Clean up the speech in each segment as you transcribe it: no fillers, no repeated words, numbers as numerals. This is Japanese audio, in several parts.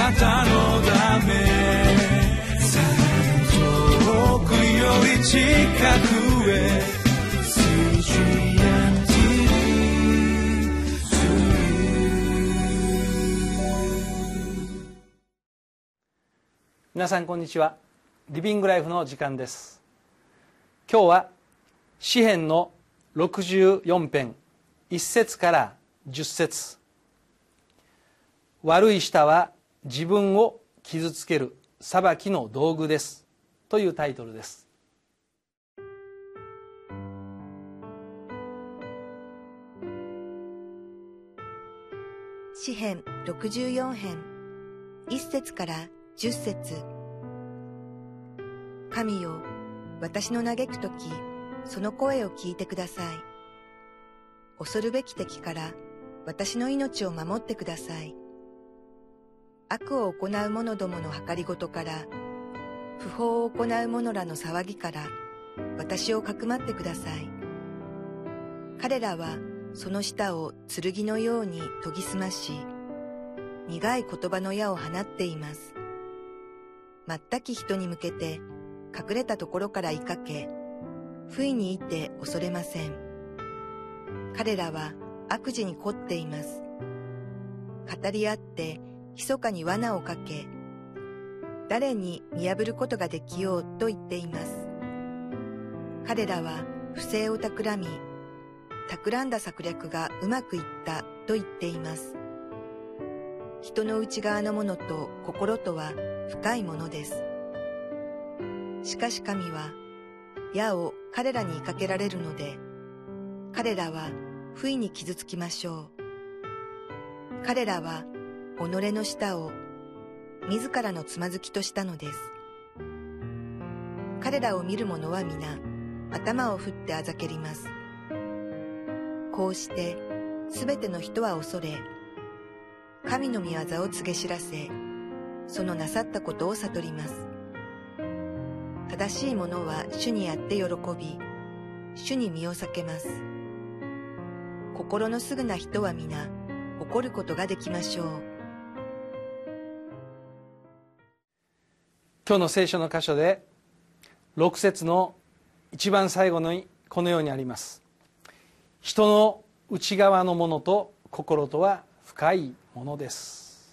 なたのため遠くより近くへ皆さんこんにちは。リビングライフの時間です。今日は詩編の64編1節から10節、悪い舌は自分を傷つける裁きの道具ですというタイトルです。 詩編64編1節から10節。神よ、私の嘆くとき、その声を聞いてください。恐るべき敵から私の命を守ってください。悪を行う者どもの計りごとから、不法を行う者らの騒ぎから、私をかくまってください。彼らはその舌を剣のように研ぎ澄まし、苦い言葉の矢を放っています。全き人に向けて隠れたところから追いかけ、不意にいて恐れません。彼らは悪事に凝っています。語り合って密かに罠をかけ、誰に見破ることができようと言っています。彼らは不正を企み、企んだ策略がうまくいったと言っています。人の内側のものと心とは深いものです。しかし神は矢を彼らにかけられるので、彼らは不意に傷つきましょう。彼らは己の舌を自らのつまずきとしたのです。彼らを見る者は皆頭を振ってあざけります。こうしてすべての人は恐れ、神の御業を告げ知らせ、そのなさったことを悟ります。正しい者は主にあって喜び、主に身を避けます。心のすぐな人は皆誇ることができましょう。 今日の聖書の箇所で6節の一番最後にこのようにあります。人の内側のものと心とは深いものです。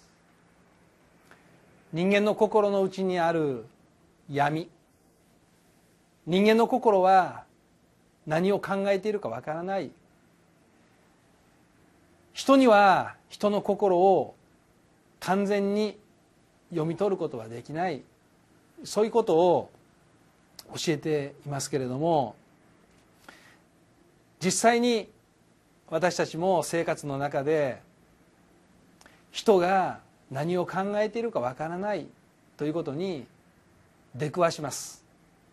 人間の心の内にある闇、人間の心は何を考えているかわからない。人には人の心を完全に読み取ることはできない、そういうことを教えていますけれども、実際に私たちも生活の中で人が何を考えているかわからないということに出くわします。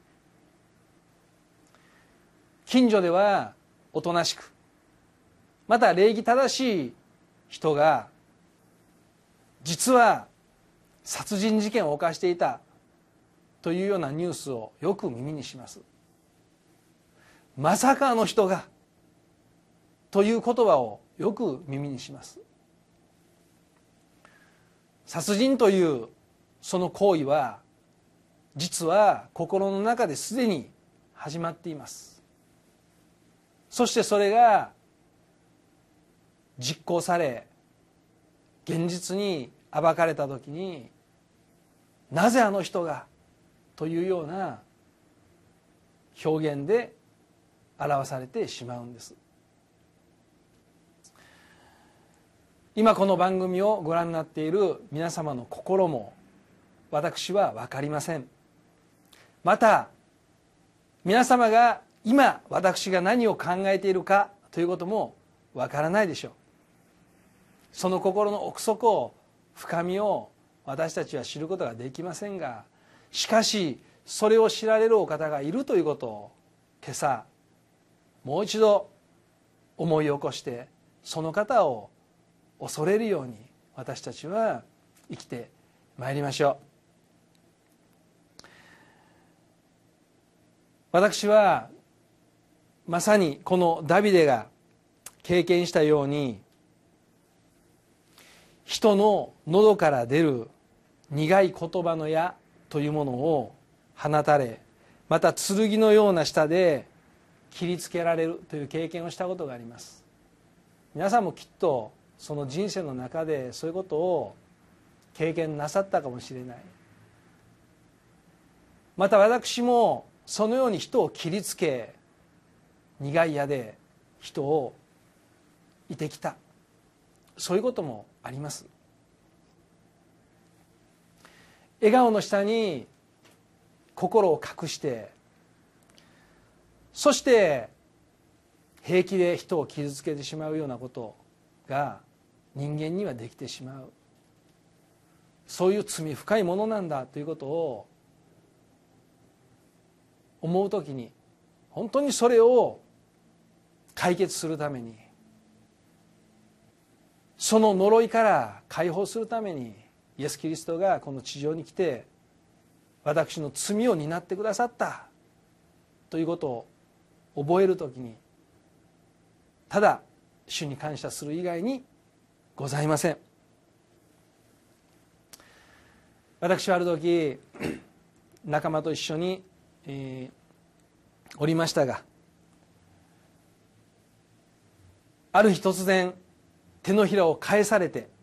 近所ではおとなしく、また礼儀正しい人が実は殺人事件を犯していたというようなニュースをよく耳にします。まさかあの人がという言葉をよく耳にします。殺人というその行為は実は心の中ですでに始まっています。そしてそれが実行され現実に暴かれた時に、なぜあの人がというような表現で表されてしまうんです。今この番組をご覧になっている皆様の心も私は分かりません。また皆様が今私が何を考えているかということも分からないでしょう。その心の奥底を、深みを私たちは知ることができませんが、しかしそれを知られるお方がいるということを今朝もう一度思い起こして、その方を恐れるように私たちは生きてまいりましょう。私はまさにこのダビデが経験したように、人の喉から出る苦い言葉の矢というものを放たれ、また剣のような舌で切りつけられるという経験をしたことがあります。皆さんもきっとその人生の中でそういうことを経験なさったかもしれない。また私もそのように人を切りつけ、苦い矢で人を射てきた、そういうこともあります。笑顔の下に心を隠して、そして平気で人を傷つけてしまうようなことが人間にはできてしまう、そういう罪深いものなんだということを思うときに、本当にそれを解決するために、その呪いから解放するためにイエス・キリストがこの地上に来て私の罪を担ってくださったということを覚えるときに、ただ主に感謝する以外にございません。私はある時仲間と一緒に、おりましたが、ある日突然手のひらを返されて、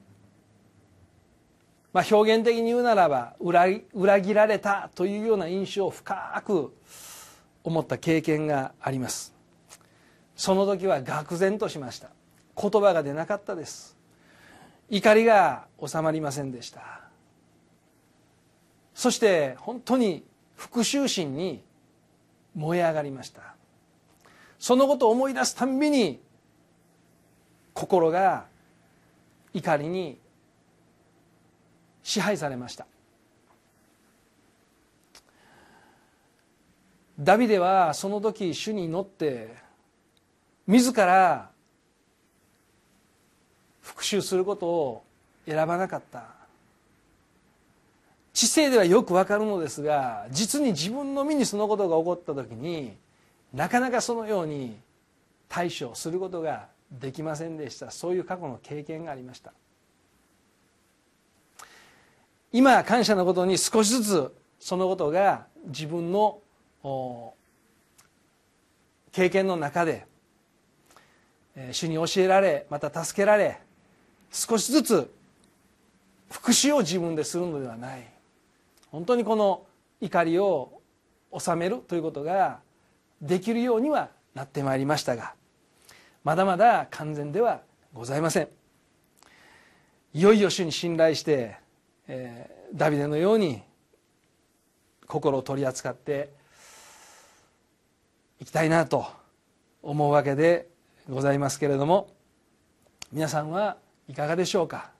表現的に言うならば裏切られたというような印象を深く思った経験があります。その時は愕然としました。言葉が出なかったです。怒りが収まりませんでした。そして本当に復讐心に燃え上がりました。そのことを思い出すたんびに心が怒りに支配されました。ダビデはその時主に祈って自ら復讐することを選ばなかった。知性ではよくわかるのですが、実に自分の身にそのことが起こった時になかなかそのように対処することができませんでした。そういう過去の経験がありました。今感謝のことに少しずつそのことが自分の経験の中で主に教えられ、また助けられ、少しずつ復讐を自分でするのではない、本当にこの怒りを収めるということができるようにはなってまいりましたが、まだまだ完全ではございません。いよいよ主に信頼して、ダビデのように心を取り扱っていきたいなと思うわけでございますけれども、皆さんはいかがでしょうか。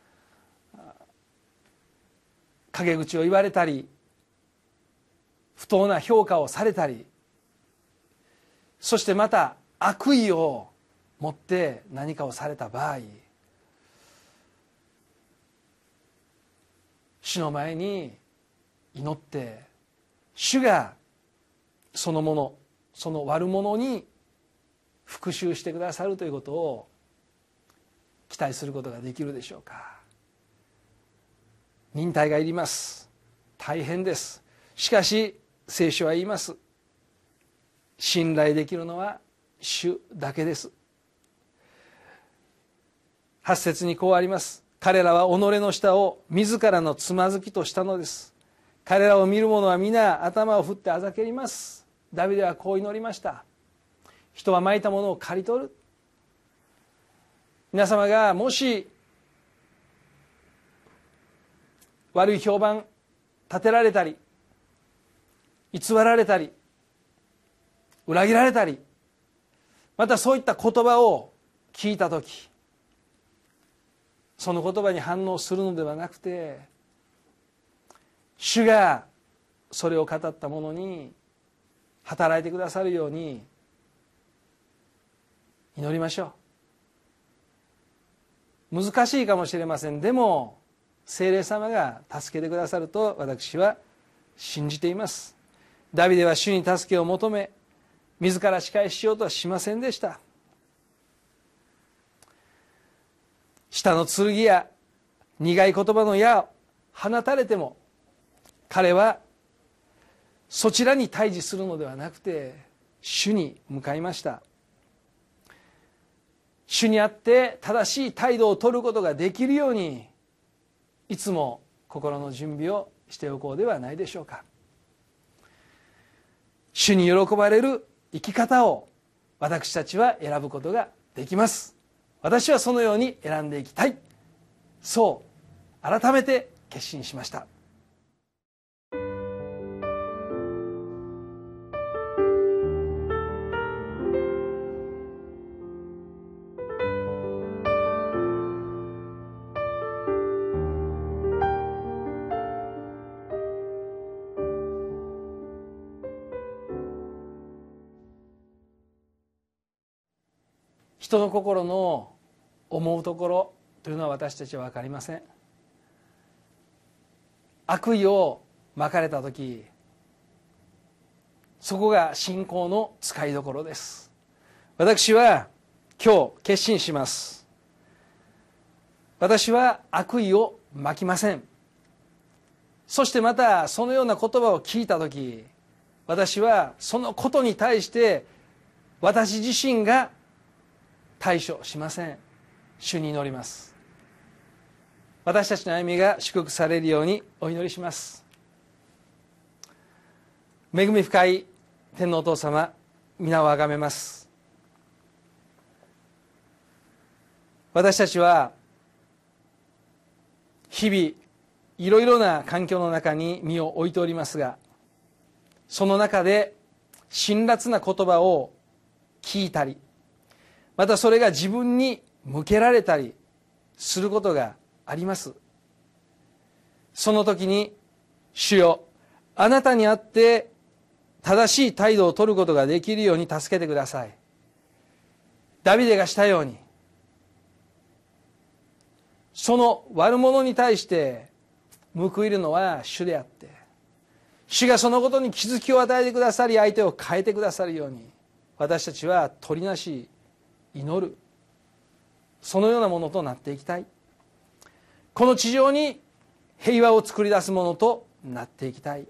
陰口を言われたり、不当な評価をされたり、そしてまた悪意を持って何かをされた場合、主の前に祈って主がそのもの、その悪者に復讐してくださるということを期待することができるでしょうか。忍耐がいります。大変です。しかし聖書は言います。信頼できるのは主だけです。8節にこうあります。彼らは己の舌を自らのつまずきとしたのです。彼らを見る者は皆頭を振ってあざけります。ダビデはこう祈りました。人はまいたものを刈り取る。皆様がもし悪い評判立てられたり、偽られたり、裏切られたり、またそういった言葉を聞いたとき、その言葉に反応するのではなくて、主がそれを語ったものに働いてくださるように祈りましょう。難しいかもしれません。でも聖霊様が助けてくださると私は信じています。ダビデは主に助けを求め、自ら仕返ししようとはしませんでした。舌の剣や苦い言葉の矢を放たれても彼はそちらに対峙するのではなくて主に向かいました。主にあって正しい態度を取ることができるようにいつも心の準備をしておこうではないでしょうか。主に喜ばれる生き方を私たちは選ぶことができます。私はそのように選んでいきたい、そう改めて決心しました。人の心の思うところというのは私たちは分かりません。悪意をまかれた時、そこが信仰の使いどころです。私は今日決心します。私は悪意をまきません。そしてまたそのような言葉を聞いた時、私はそのことに対して私自身が対処しません。主に祈ります。私たちの歩みが祝福されるようにお祈りします。恵み深い天のお父様、皆をあがめます。私たちは日々いろいろな環境の中に身を置いておりますが、その中で辛辣な言葉を聞いたり、またそれが自分に向けられたりすることがあります。その時に主よ、あなたにあって正しい態度を取ることができるように助けてください。ダビデがしたように、その悪者に対して報いるのは主であって、主がそのことに気づきを与えてくださり、相手を変えてくださるように、私たちは取りなし祈る、そのようなものとなっていきたい。この地上に平和を作り出すものとなっていきたい。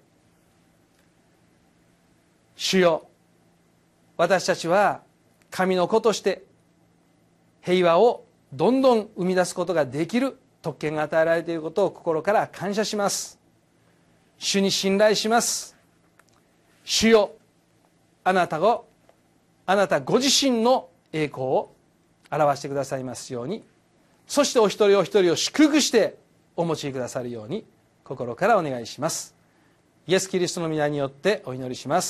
主よ、私たちは神の子として平和をどんどん生み出すことができる特権が与えられていることを心から感謝します。主に信頼します。主よ、あなたご自身の栄光を表してくださいますように、そしてお一人お一人を祝福してお持ちくださるように心からお願いします。イエス・キリストの皆によってお祈りします。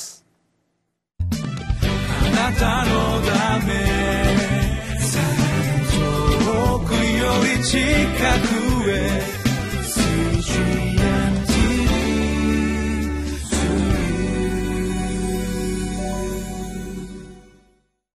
あなたのため遠くより近くへ